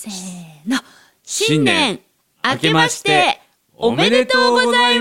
せーの。新年明けましておめでとうござい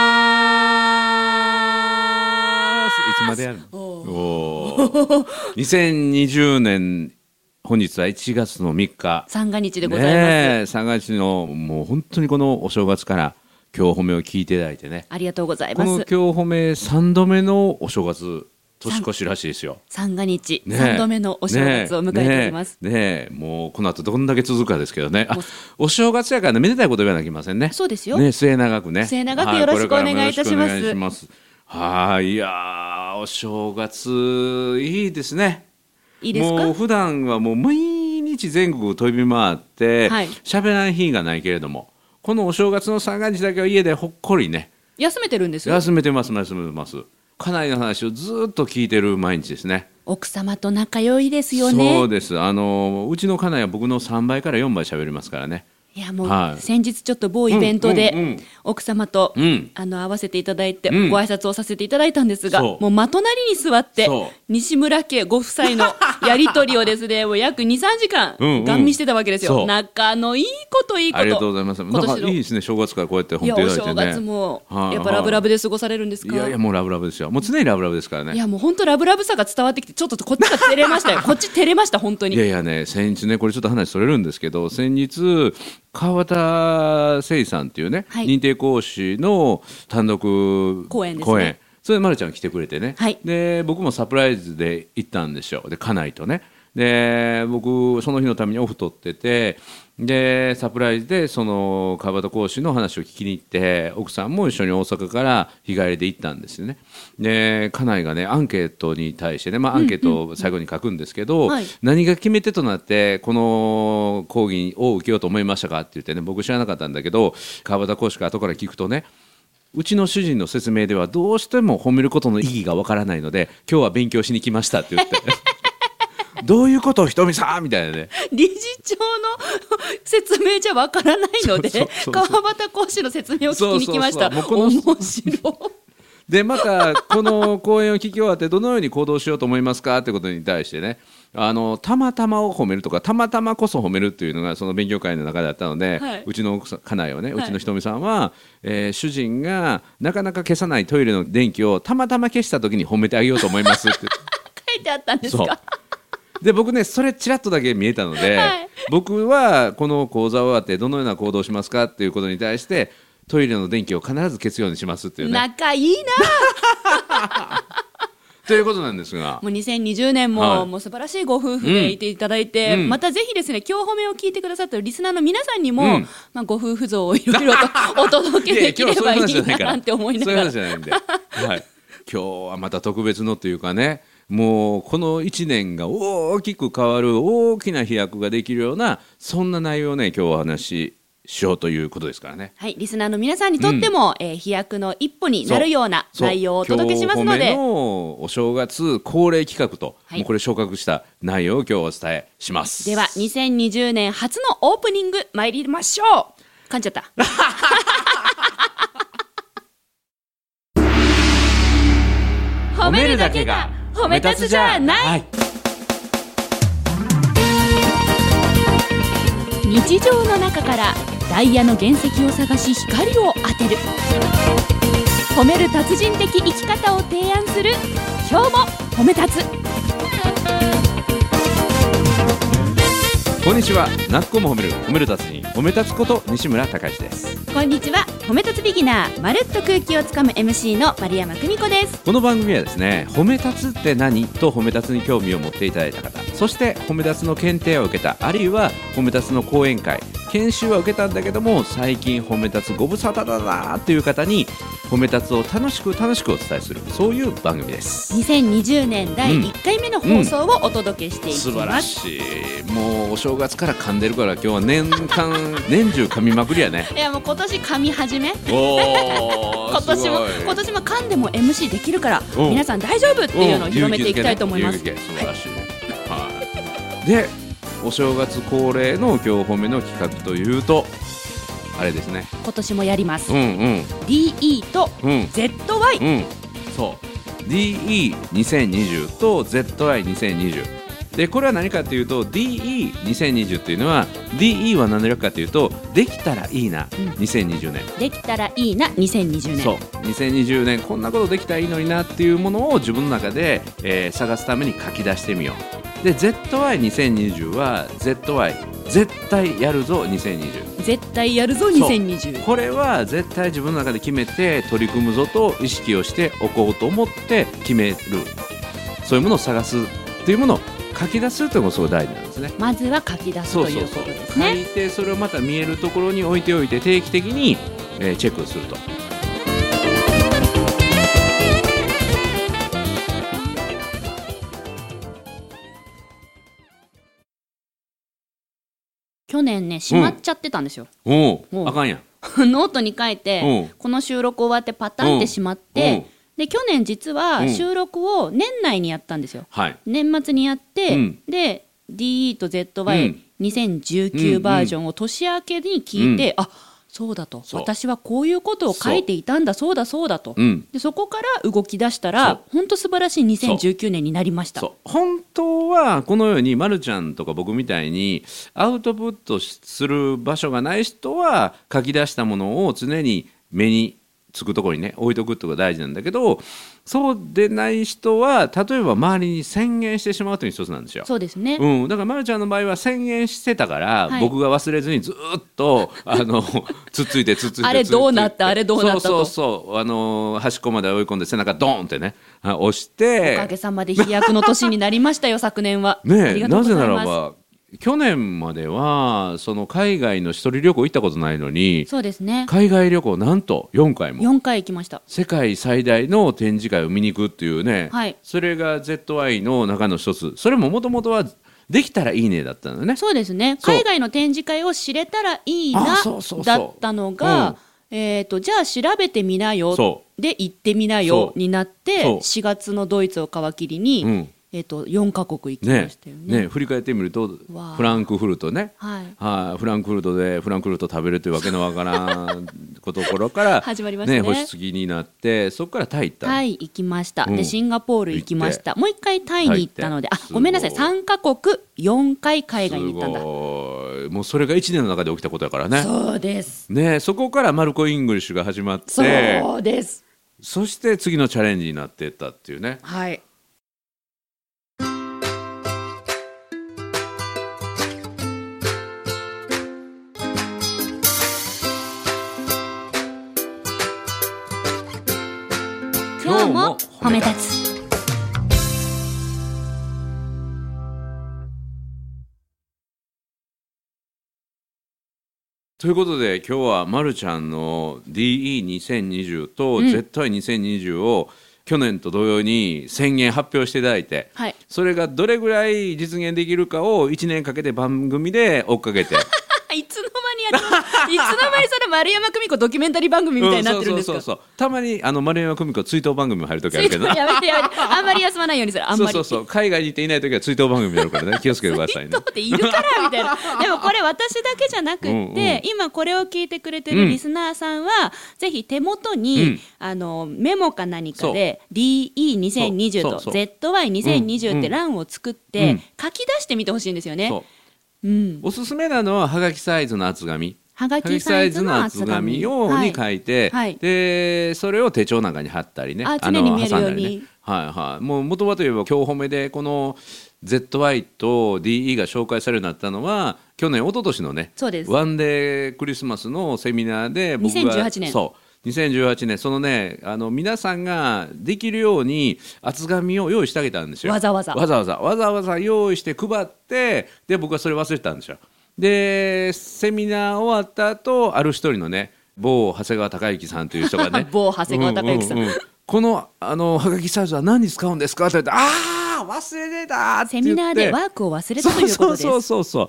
ます。 いつまでやるの？2020年本日は1月の3日三が日でございます。 三が日のもう本当にこのお正月から今日褒めを聞いていただいてね、 ありがとうございます。 この今日褒め3度目のお正月年越しらしいですよ。 三が日、3度目のお正月を迎えております。 もうこの後どんだけ続くかですけどね。お正月やからね、めでたいこと言わなきゃいけませんね。 そうですよ。 末永くね。 末永くよろしくお願いいたします。 いやー、お正月いいですね。 いいですか？ もう普段はもう毎日全国飛び回って喋らない日がないけれども、このお正月の三が日だけは家でほっこりね。 休めてるんですよ。 休めてます。家内の話をずっと聞いてる毎日ですね。 奥様と仲良いですよね。 そうです。うちの家内は僕の3倍から4倍喋りますからね。 いやもう、先日ちょっと某イベントで奥様と、会わせていただいて、ご挨拶をさせていただいたんですが、もう真隣に座って西村家ご夫妻のやり取りをですねもう約 2,3 時間ガン見してたわけですよ。仲のいいこといいこと。 ありがとうございます。なんかいいですね、正月からこうやって褒めていただいてね。 お正月もやっぱラブラブで過ごされるんですか？ いやもうラブラブですよ。もう常にラブラブですからね。 いやもう本当ラブラブさが伝わってきて、ちょっとこっちが照れましたよ。こっち照れました本当に。 いやね、先日ね、これちょっと話それるんですけど、先日川端誠さんっていうね、認定講師の単独講演ですね。 それでまるちゃん来てくれてね、で僕もサプライズで行ったんですよ。で家内とね、で僕その日のためにオフ取ってて、でサプライズでその川端講師の話を聞きに行って、奥さんも一緒に大阪から日帰りで行ったんですよね。で家内がねアンケートに対してね、アンケートを最後に書くんですけど、何が決め手となってこの講義を受けようと思いましたかって言ってね、僕知らなかったんだけど、川端講師が後から聞くとね、うちの主人の説明ではどうしても褒めることの意義がわからないので今日は勉強しに来ましたって言ってどういうことひとみさんみたいなね。 理事長の説明じゃわからないので川端講師の説明を聞きに来ました。面白い。 でまたこの講演を聞き終わってどのように行動しようと思いますかってことに対してね、たまたまを褒めるとかたまたまこそ褒めるっていうのがその勉強会の中であったので、うちの家内をね、うちのひとみさんは、主人がなかなか消さないトイレの電気をたまたま消した時に褒めてあげようと思いますって書いてあったんですか？ で僕ねそれちらっとだけ見えたので、僕はこの講座終わってどのような行動をしますかっていうことに対してトイレの電気を必ず消すようにしますっていうね。 仲いいなということなんですが、もう2020年も、もう素晴らしいご夫婦でいていただいて、またぜひですね今日褒めを聞いてくださっているリスナーの皆さんにも、ご夫婦像をいろいろとお届けできればいいななんて思いながら。 そういう話じゃないんで、今日はまた特別のというかね、もうこの1年が大きく変わる大きな飛躍ができるようなそんな内容をね今日お話ししようということですからね。 リスナーの皆さんにとっても、飛躍の一歩になるような内容をお届けしますので、 今日褒めのお正月恒例企画と、もうこれ昇格した内容を今日お伝えします。 では2020年初のオープニング参りましょう。噛んじゃった褒めるだけが褒め立つじゃない。 日常の中からダイヤの原石を探し光を当てる、褒める達人的生き方を提案する今日も褒め立つ。 こんにちは。なっこも褒める褒める達人、褒め立つこと西村孝之です。 こんにちは。褒め立つビギナー、まるっと空気をつかむ MC の丸山久美子です。 この番組はですね、褒め立つって何と褒め立つに興味を持っていただいた方、そして褒め立つの検定を受けた、あるいは褒め立つの講演会研修は受けたんだけども最近褒め立つご無沙汰だなという方に褒め立つを楽しくお伝えする、そういう番組です。 2020年第1回目の放送をお届けしていきます。 素晴らしい。もうお正月から噛んでるから今日は年中噛みまくりやね。 いやもう今年噛み始め今年も噛んでも MC できるから皆さん大丈夫っていうのを広めていきたいと思います。 素晴らしい、でお正月恒例の今日褒めの企画というとあれですね、 今年もやります、DE と ZY、 そう DE2020 と ZY2020 でこれは何かというと DE2020 っていうのは DE は何の略かというとできたらいいな、2020年できたらいいな2020年。 そう2020年こんなことできたらいいのになっていうものを自分の中で、探すために書き出してみよう。で ZY2020 は ZY 絶対やるぞ2020、 絶対やるぞ2020。 これは絶対自分の中で決めて取り組むぞと意識をしておこうと思って決める、そういうものを探すというものを書き出すというのがすごい大事なんですね。 まずは書き出すということですね。 書いてそれをまた見えるところに置いておいて定期的に、チェックをすると。 去年ねしまっちゃってたんですよ、 あかんやんノートに書いてこの収録終わってパタンってしまって、で去年実は収録を年内にやったんですよ、年末にやって、で DE と ZY2019 バージョンを年明けに聞いて、あそうだと、私はこういうことを書いていたんだ、そうだそうだと、でそこから動き出したら本当素晴らしい2019年になりました。 本当はこのようにまるちゃんとか僕みたいにアウトプットする場所がない人は書き出したものを常に目につくところにね置いとくってことが大事なんだけど、そうでない人は例えば周りに宣言してしまうという一つなんですよ。 そうですね、 だからまるちゃんの場合は宣言してたから、僕が忘れずにずっとつっついてあれどうなったあれどうなったと、 そう端っこまで追い込んで背中ドーンってね押して、 おかげさまで飛躍の年になりましたよ昨年は。 ねえ、なぜならば去年まではその海外の一人旅行行ったことないのに、 そうですね、 海外旅行なんと4回行きました。 世界最大の展示会を見に行くっていうね、それが ZY の中の一つ。それももともとはできたらいいねだったのね。 そうですね、海外の展示会を知れたらいいなだったのが、じゃあ調べてみなよで行ってみなよになって、4月のドイツを皮切りに、4カ国行きましたよね。 振り返ってみるとフランクフルトね、フランクフルトでフランクフルト食べるというわけのわからんところから始まりましたね。 星継ぎになって、そこからタイ行った。 タイ行きました、でシンガポール行きました。もう一回タイに行ったので、ごめんなさい、3カ国4回海外に行ったんだ。 もうそれが1年の中で起きたことだからね。 そうですね、そこからマルコ・イングリッシュが始まって、 そうです。 そして次のチャレンジになっていったっていうね。 今日も褒め立つ。 ということで今日はまるちゃんの DE2020 と ZY2020 を去年と同様に宣言発表していただいて、それがどれぐらい実現できるかを1年かけて番組で追っかけていつの間にいつの間にそれ丸山久美子ドキュメンタリー番組みたいになってるんですか。 そうたまに丸山久美子追悼番組も入るときあるけどやめてあんまり休まないようにする。あんまり海外に行っていないときは追悼番組になるからね気をつけてくださいね。 追悼っているからみたいなでもこれ私だけじゃなくって今これを聞いてくれてるリスナーさんは、ぜひ手元に、メモか何かで DE2020 と ZY2020 って欄を作って、書き出してみてほしいんですよね。 おすすめなのははがきサイズの厚紙、 はがきサイズの厚紙に書いて、でそれを手帳なんかに貼ったりね、 常に見えるように、 もう元はといえば今日褒めでこの ZY と DE が紹介されるようになったのは去年一昨年のねワンデークリスマスのセミナーで僕が 2018年 2018年そのね皆さんができるように厚紙を用意してあげたんですよ。 わざわざ用意して配って、で僕はそれ忘れてたんですよ。でセミナー終わった後ある一人のね某長谷川隆之さんという人がね某長谷川隆之さん、 このはがきサイズは何に使うんですかって言って、忘れてたって言って、セミナーでワークを忘れたということです。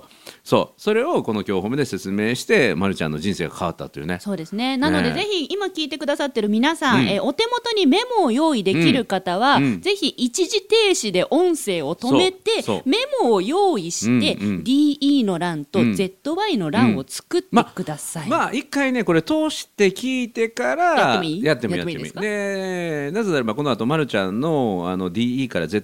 それをこの今日褒めで説明してまるちゃんの人生が変わったというね。 そうですね。なのでぜひ今聞いてくださってる皆さん、お手元にメモを用意できる方は、ぜひ一時停止で音声を止めてメモを用意して、DE の欄と ZY の欄を作ってください。 一回ねこれ通して聞いてからやってみいいですか。 なぜならばこの後まるちゃんのDE から ZY に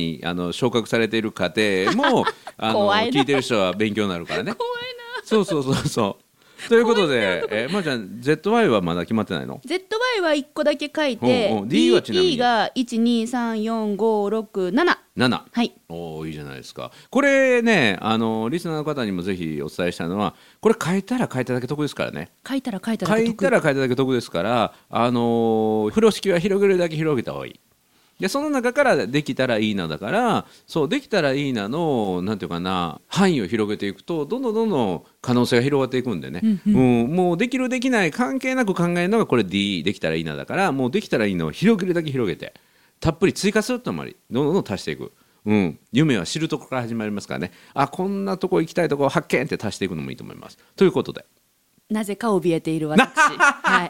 に昇格されている家庭も聞いてる人は勉強になるからね。 怖いな。 そうということで、まあ、じゃあ ZY はまだ決まってないの？ ZY は1個だけ書いて、 D はちなみに DE が1234567。はい。 いいじゃないですか。これね、リスナーの方にもぜひお伝えしたのは、これ書いたら書いただけ得ですからね。 書いたら書いただけ得ですから、風呂敷は広げるだけ広げた方がいい。でその中からできたらいいなだから、そうできたらいいなのなんていうかな、範囲を広げていくとどんどん可能性が広がっていくんでね、もうできるできない関係なく考えるのがこれ D できたらいいなだから、もうできたらいいのを広げるだけ広げてたっぷり追加するとどんどん足していく、夢は知るところから始まりますからね。こんなとこ行きたいところ発見って足していくのもいいと思います。ということで、 なぜか怯えている私はい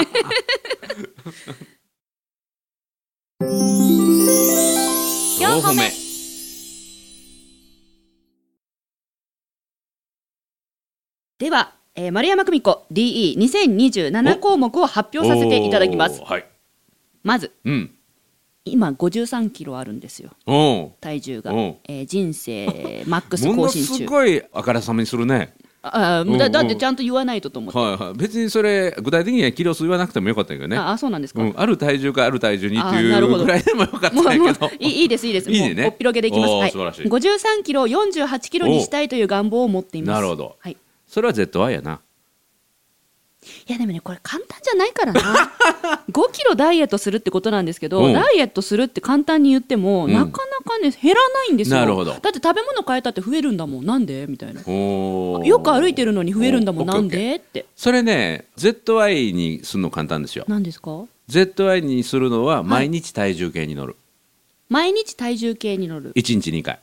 。4歩目。では、丸山久美子 DE2027 項目を発表させていただきます。 はい、 まず、今53キロあるんですよ、体重が。人生マックス更新中。 ものすごいあからさまにするね。 だってちゃんと言わないと思って、 別にそれ具体的にはキロ数言わなくてもよかったけどね。 そうなんですか。 ある体重かある体重にっていうぐらいでもよかったんやけど。 いいですもうおっぴろげでいきます。 素晴らしい。 53キロを48キロにしたいという願望を持っています。 なるほど、それは ZY やな。 いやでもね、これ簡単じゃないからな。5キロダイエットするってことなんですけど、ダイエットするって簡単に言っても、なかなかね減らないんですよ。 なるほど。 だって食べ物変えたって増えるんだもん、なんでみたいな。よく歩いてるのに増えるんだもん、なんでって。 それね ZY にするの簡単ですよ。 何ですか？ ZY にするのは毎日体重計に乗る、 毎日体重計に乗る。 1日2回。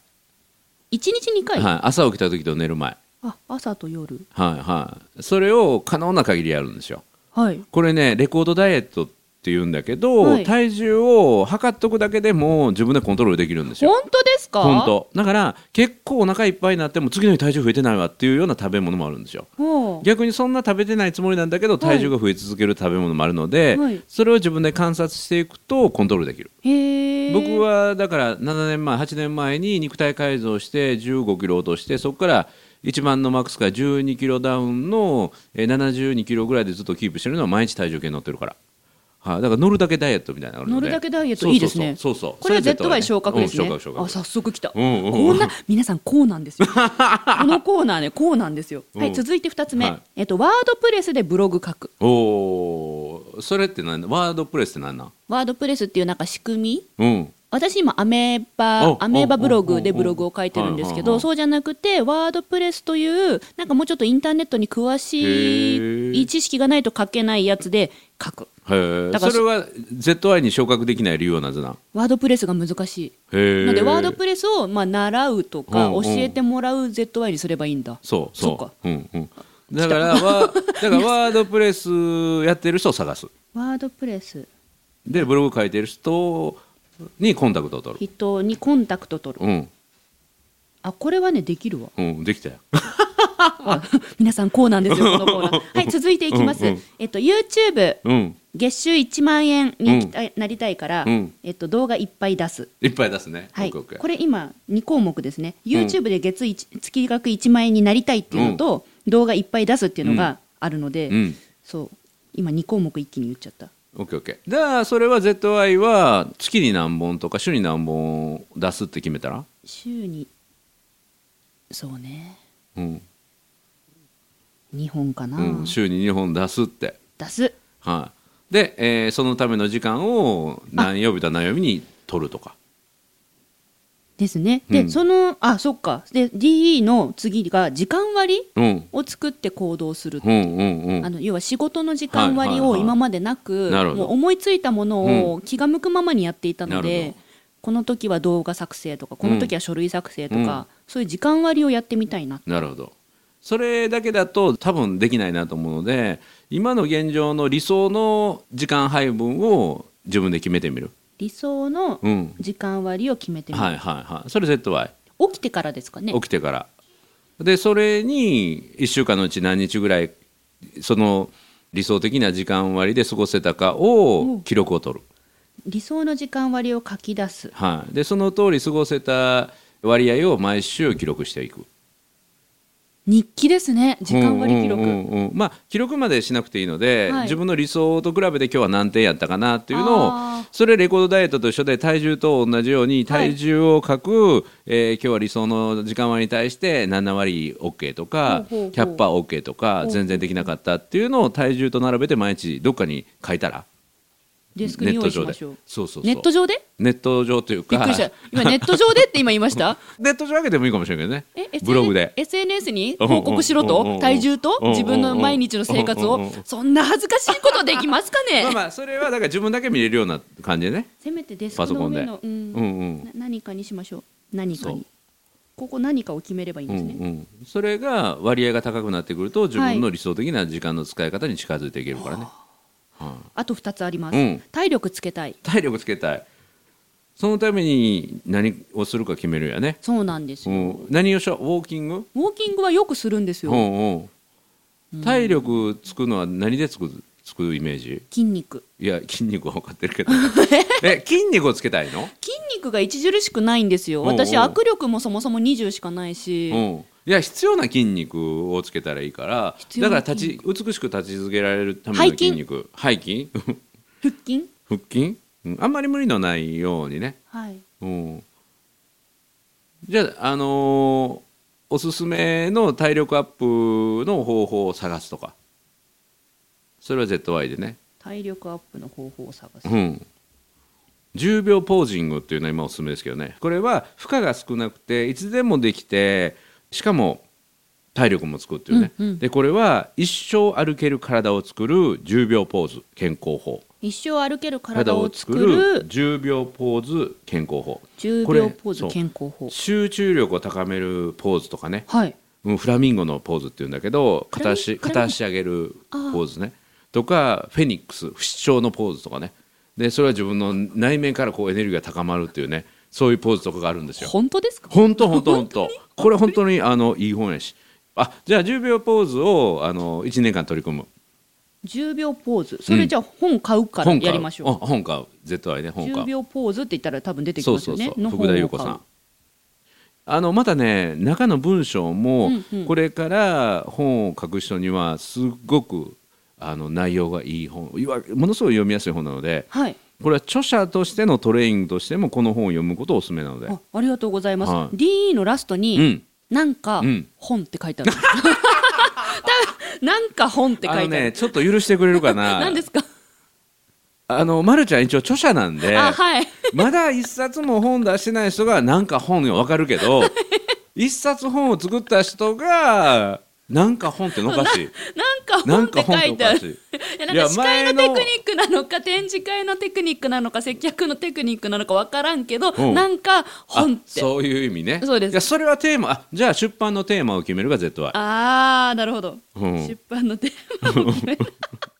1日2回、 朝起きた時と寝る前。 朝と夜。 それを可能な限りやるんですよ。これねレコードダイエットって言うんだけど、体重を測っとくだけでも自分でコントロールできるんですよ。 本当ですか？ 本当だから結構お腹いっぱいになっても次の日体重増えてないわっていうような食べ物もあるんですよ。逆にそんな食べてないつもりなんだけど体重が増え続ける食べ物もあるので、それを自分で観察していくとコントロールできる。僕はだから7年前8年前に肉体改造して15キロ落として、そこから一番のマックスから12キロダウンの72キロぐらいでずっとキープしてるのは毎日体重計に乗ってるから。だから乗るだけダイエットみたいなのがあるので。 乗るだけダイエットいいですね。これは ZY 昇格ですね。早速きた。皆さんこうなんですよ。このコーナーね、こうなんですよ。続いて2つ目、ワードプレスでブログ書く。 それって何？ワードプレスって何なん？ ワードプレスっていうなんか仕組み、私今アメーバブログでブログを書いてるんですけど、そうじゃなくてワードプレスというなんかもうちょっとインターネットに詳しい知識がないと書けないやつで書く。 だからそれは ZY に昇格できない理由はなぜな？ワードプレスが難しい。なのでワードプレスを習うとか教えてもらう ZY にすればいいんだ。 そうか。だからワードプレスやってる人を探す。 ワードプレスでブログ書いてる人にコンタクトを取る。 人にコンタクトを取る。これはねできるわ。 できたよ。 皆さんこうなんですよこのコーナー。続いていきます。YouTube、月収1万円になりたいから、動画いっぱい出す。 いっぱい出すね。 これ今2項目ですね。YouTube で月額1万円になりたいっていうのと、動画いっぱい出すっていうのがあるので、そう今2項目一気に言っちゃった。 OKOK。じゃあそれは ZY は月に何本とか週に何本出すって決めたら？ 週にそうね、2本かな、 週に2本出すって。 出す。 で、そのための時間を何曜日と何曜日に取るとかですね。で、そっか。で DE の次が時間割を作って行動するっていう、要は仕事の時間割を今までなく、もう思いついたものを気が向くままにやっていたので、この時は動画作成とかこの時は書類作成とか、そういう時間割をやってみたいな。 なるほど。それだけだと多分できないなと思うので、今の現状の理想の時間配分を自分で決めてみる。 理想の時間割を決めてみる。 それ ZY。 起きてからですかね。 起きてからで、それに1週間のうち何日ぐらいその理想的な時間割で過ごせたかを記録を取る。 理想の時間割を書き出す、 はい、でその通り過ごせた割合を毎週記録していく。 日記ですね、時間割記録。 まあ記録までしなくていいので、はい、自分の理想と比べて今日は何点やったかなっていうのを、それレコードダイエットと一緒で体重と同じように体重を書く、今日は理想の時間割に対して7割 OK とか 100%OK とか全然できなかったっていうのを体重と並べて毎日どっかに書いたら、 デスクに用意しましょう。 そうそうそう、 ネット上で？ ネット上というか、 びっくりした、今ネット上でって今言いましたネット上上げてもいいかもしれないけどね、ブログで SNS に報告しろと、体重と自分の毎日の生活を、そんな恥ずかしいことできますかね。 まあそれはだから自分だけ見れるような感じでね、 せめてデスクの上の、何かにしましょう。何かにここ何かを決めればいいんですね、 それが割合が高くなってくると自分の理想的な時間の使い方に近づいていけるからね、 あと2つあります、体力つけたい。 体力つけたい。そのために何をするか決めるやね。 そうなんですよ、 何をしよう。ウォーキングはよくするんですよ、 体力つくのは何でつくイメージ？ 筋肉。いや筋肉は分かってるけど筋肉をつけたいの？ 筋肉が著しくないんですよ。私握力もそもそも20しかないし、 いや必要な筋肉をつけたらいいから、だから美しく立ち続けられるための筋肉、背筋腹筋、あんまり無理のないようにね、じゃあ、おすすめの体力アップの方法を探すとか、それは ZY でね、 体力アップの方法を探す、 10秒ポージングっていうのは今おすすめですけどね、これは負荷が少なくていつでもできて、しかも体力もつくっていうね、でこれは一生歩ける体を作る10秒ポーズ健康法。 一生歩ける体を作る 10秒ポーズ健康法。 10秒ポーズ健康法。 集中力を高めるポーズとかね、フラミンゴのポーズっていうんだけど、片足上げるポーズねとか、フェニックス不死鳥のポーズとかね、でそれは自分の内面からこうエネルギーが高まるっていうね、そういうポーズとかがあるんですよ。 本当ですか？ 本当これ本当にいい本やし、じゃあ10秒ポーズを1年間取り組む。 10秒ポーズ、それじゃあ本買うからやりましょう。 本買う、ZY ね、本買う。10 秒ポーズって言ったら多分出てきますよね。 福田裕子さん、またね、中の文章もこれから本を書く人にはすごく内容がいい本、ものすごい読みやすい本なので、これは著者としてのトレーニングとしてもこの本を読むことをおすすめなので。 ありがとうございます、DE のラストに、なんか本って書いてあるなんか本って書いてある。 ちょっと許してくれるかな何ですか？ まるちゃん一応著者なんで、まだ一冊も本出してない人がなんか本よ分かるけど一冊本を作った人がなんか本ってのおかしい。 なんか本って書いてある。司会のテクニックなのか展示会のテクニックなのか接客のテクニックなのか分からんけど、なんか本って、 そういう意味ね。 そうです。 いやそれはテーマ、じゃあ出版のテーマを決めるが ZY。 なるほど、出版のテーマを決める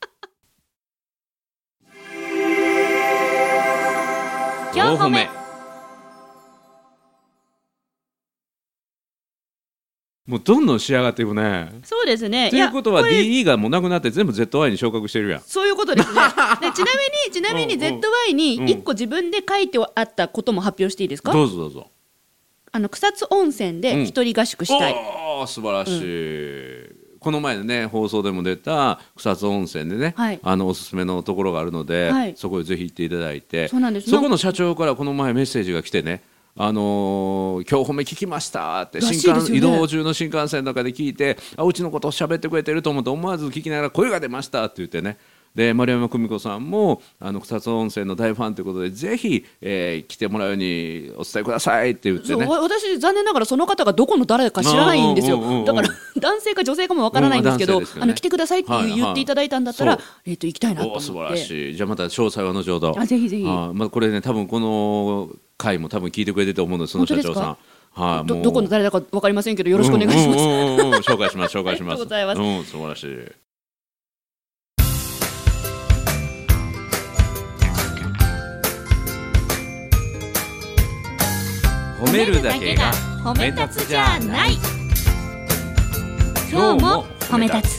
4歩目。 もうどんどん仕上がっていくね。 そうですね。 ということは DE がもうなくなって全部 ZY に昇格してるやん。 そういうことですね。でちなみに ZY に1個自分で書いてあったことも発表していいですか？ どうぞ。 草津温泉で一人合宿したい。 素晴らしい、この前のね放送でも出た草津温泉でね、おすすめのところがあるので、そこへぜひ行っていただいて、そこの社長からこの前メッセージが来てね、今日褒め聞きましたって、移動中の新幹線の中で聞いて、うちのことを喋ってくれてると思って思わず聞きながら声が出ましたって言ってね、で丸山久美子さんも草津温泉の大ファンということでぜひ、来てもらうようにお伝えくださいって言ってね。 私残念ながらその方がどこの誰か知らないんですよ。だから男性か女性かもわからないんですけど、来てくださいって言っていただいたんだったら、行きたいなと思って。 素晴らしい。じゃあまた詳細は後ほど。 ぜひぜひ。 これね多分この回も多分聞いてくれてると思うので、その社長さん、 どこの誰だか分かりませんけどよろしくお願いします。 紹介します。 ありがとうございます。 素晴らしい。褒めるだけが褒め立つじゃない。 今日も褒め立つ。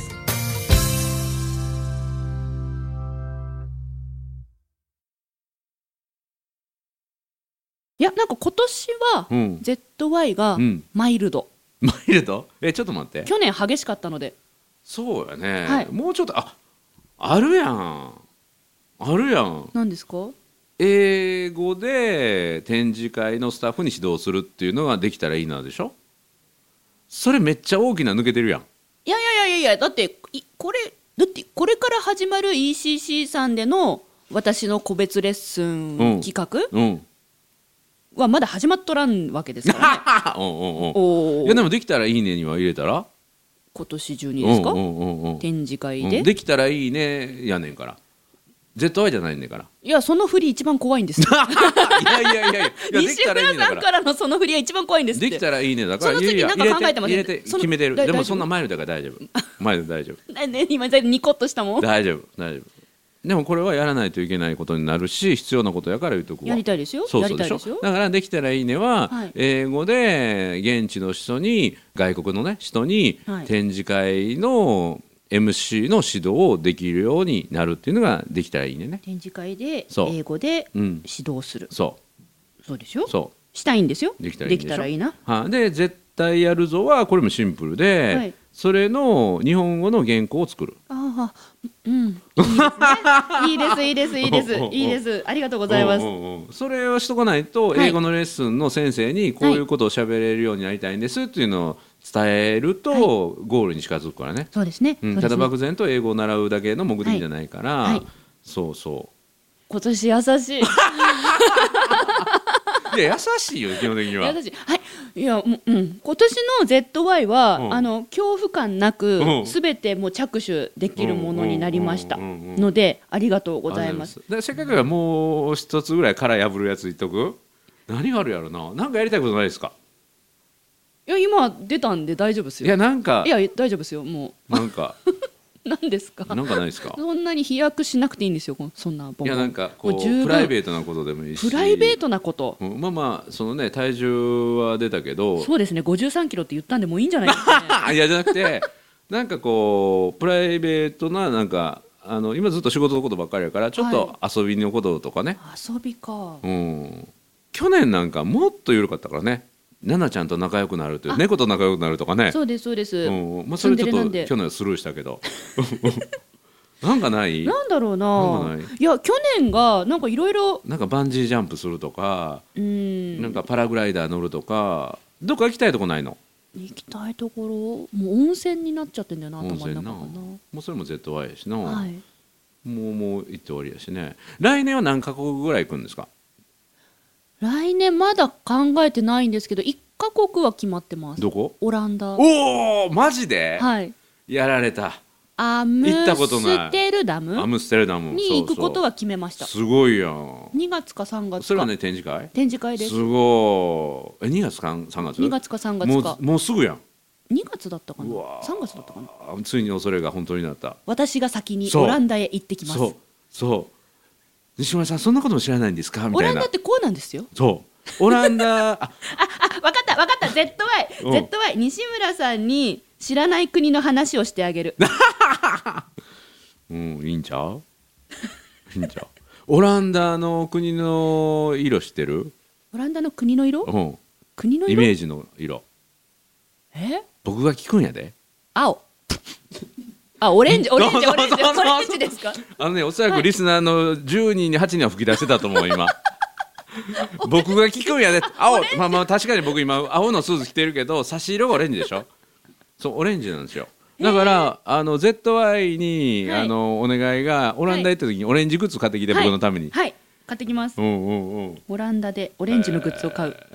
年は ZY がマイルド、 マイルド？ちょっと待って、 去年激しかったので。 そうやね、はい、もうちょっとあるやん。 何ですか？ 英語で展示会のスタッフに指導するっていうのができたらいいなでしょ。それめっちゃ大きな抜けてるやん。 いやだってこれから始まる ECC さんでの私の個別レッスン企画、はまだ始まっとらんわけですからね。 いやでもできたらいいねには入れたら今年中にですか？展示会で、 できたらいいねやねんから。ZY じゃないんだから。 いやその振り一番怖いんですよ。西村さんからのその振りは一番怖いんですって。 できたらいいねだから。 その次なんか考えてません？ 入れて決めてる。でもそんなマイルドだから大丈夫。マイルド大丈夫。 今ニコッとしたもん。 大丈夫。でもこれはやらないといけないことになるし、必要なことやから言うとこはやりたいですよ。 そうでしょ。だからできたらいいねは、英語で現地の人に、外国のね人に展示会のMC の指導をできるようになるっていうのができたらいいね。 展示会で英語で指導する。そうでしょ。したいんですよ。できたらいいな。 で絶対やるぞはこれもシンプルで、それの日本語の原稿を作る。 いいです。ありがとうございます。 それをしとかないと、英語のレッスンの先生にこういうことを喋れるようになりたいんですっていうのを伝えると、ゴールに近づくからね。 そうですね。 ただ漠然と英語を習うだけの目的じゃないから、 今年優しい。 いや優しいよ基本的には。 優しい。いや今年の ZY は、恐怖感なく全てもう着手できるものになりましたので、ありがとうございます。 でせっかくがもう一つぐらい殻破るやつ言っとく。何があるやろな。なんかやりたいことないですか？ いや今出たんで大丈夫ですよ。 いや大丈夫ですよ。もうなんか何ですか？ なんかないですか？ そんなに飛躍しなくていいんですよ。そんなボンボン。 いやなんかこうプライベートなことでもいいし。 プライベートなこと。 そのね体重は出たけど。 そうですね。53キロって言ったんでもういいんじゃないですかね。 いやじゃなくてなんかこうプライベートななんか今ずっと仕事のことばっかりやからちょっと遊びのこととかね。 遊びか。 去年なんかもっと緩かったからね。ナナちゃんと仲良くなるという、猫と仲良くなるとかね。 そうです。それちょっと去年スルーしたけどなんかない？ なんだろうな。いや去年がなんかいろいろなんかバンジージャンプするとか、なんかパラグライダー乗るとか、どっか行きたいとこないの？ 行きたいところもう温泉になっちゃってんだよな。頭の中かな。もうそれも ZY やしな。もう行って終わりやしね。来年は何カ国ぐらい行くんですか？ 来年まだ考えてないんですけど1カ国は決まってます。 どこ？ オランダ。 おおマジで？やられた。 アムステルダムに行くことは決めました。 すごいやん。 2月か3月か。 それはね展示会です。すごい。2月か3月 ？2月か3月か。 もうすぐやん。 2月だったかな。3月だったかな。 ついに恐れが本当になった。 私が先にオランダへ行ってきます。 そう西村さんそんなことも知らないんですかみたいな。 オランダってこうなんですよ。 オランダ分かった ZY 西村さんに知らない国の話をしてあげる。 いいんちゃうオランダの国の色知ってる？ オランダの国の色？国の色？イメージの色。僕が聞くんやで。 青。オレンジですか？ おそらくリスナーの10人に8人は吹き出してたと思う今。僕が聞くんやで。青。確かに僕今青のスーツ着てるけど差し色がオレンジでしょ。そうオレンジなんですよ。だからZY に、お願いがオランダ行った時にオレンジグッズ買ってきて、僕のために。 買ってきます。オランダでオレンジのグッズを買う。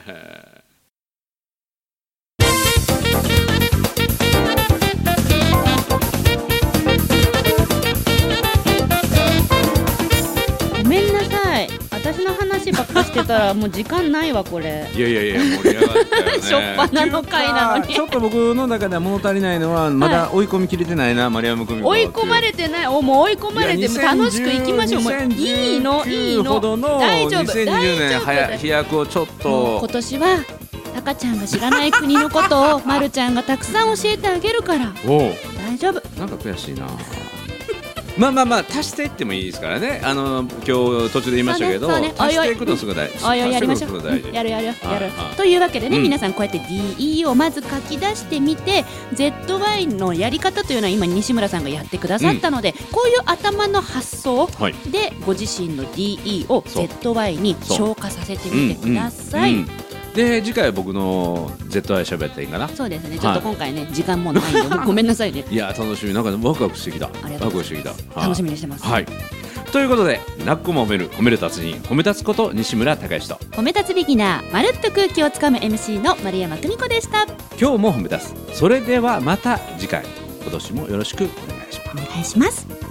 ごめんなさい。私の話ばっかしてたらもう時間ないわこれ。 いや盛り上がったよね。 しょっぱなの回なのに。 ちょっと僕の中では物足りないのはまだ追い込みきれてないな、マリアム組。 追い込まれてない。もう追い込まれても楽しくいきましょう。もういいの大丈夫。 2020年飛躍をちょっと。 今年はタカちゃんが知らない国のことをまるちゃんがたくさん教えてあげるから大丈夫。 なんか悔しいな。 まあ足していってもいいですからね。今日途中で言いましたけど、足していくのすごい大事。 やりましょう。やるというわけでね、皆さんこうやって DE をまず書き出してみて、 ZY のやり方というのは今西村さんがやってくださったので、こういう頭の発想でご自身の DE を ZY に消化させてみてください。 で次回は僕の ZY 喋っていいかな。 そうですね、ちょっと今回ね、時間もないのでごめんなさいね。 いや楽しみ、なんかワクワクしてきた。 楽しみにしてます。 はい、ということで、なっこも褒める褒める達人、褒め立つこと西村孝之と褒め立つビギナー、まるっと空気をつかむ MC の丸山久美子でした。 今日も褒め立つ。それではまた次回、今年もよろしくお願いします。 お願いします。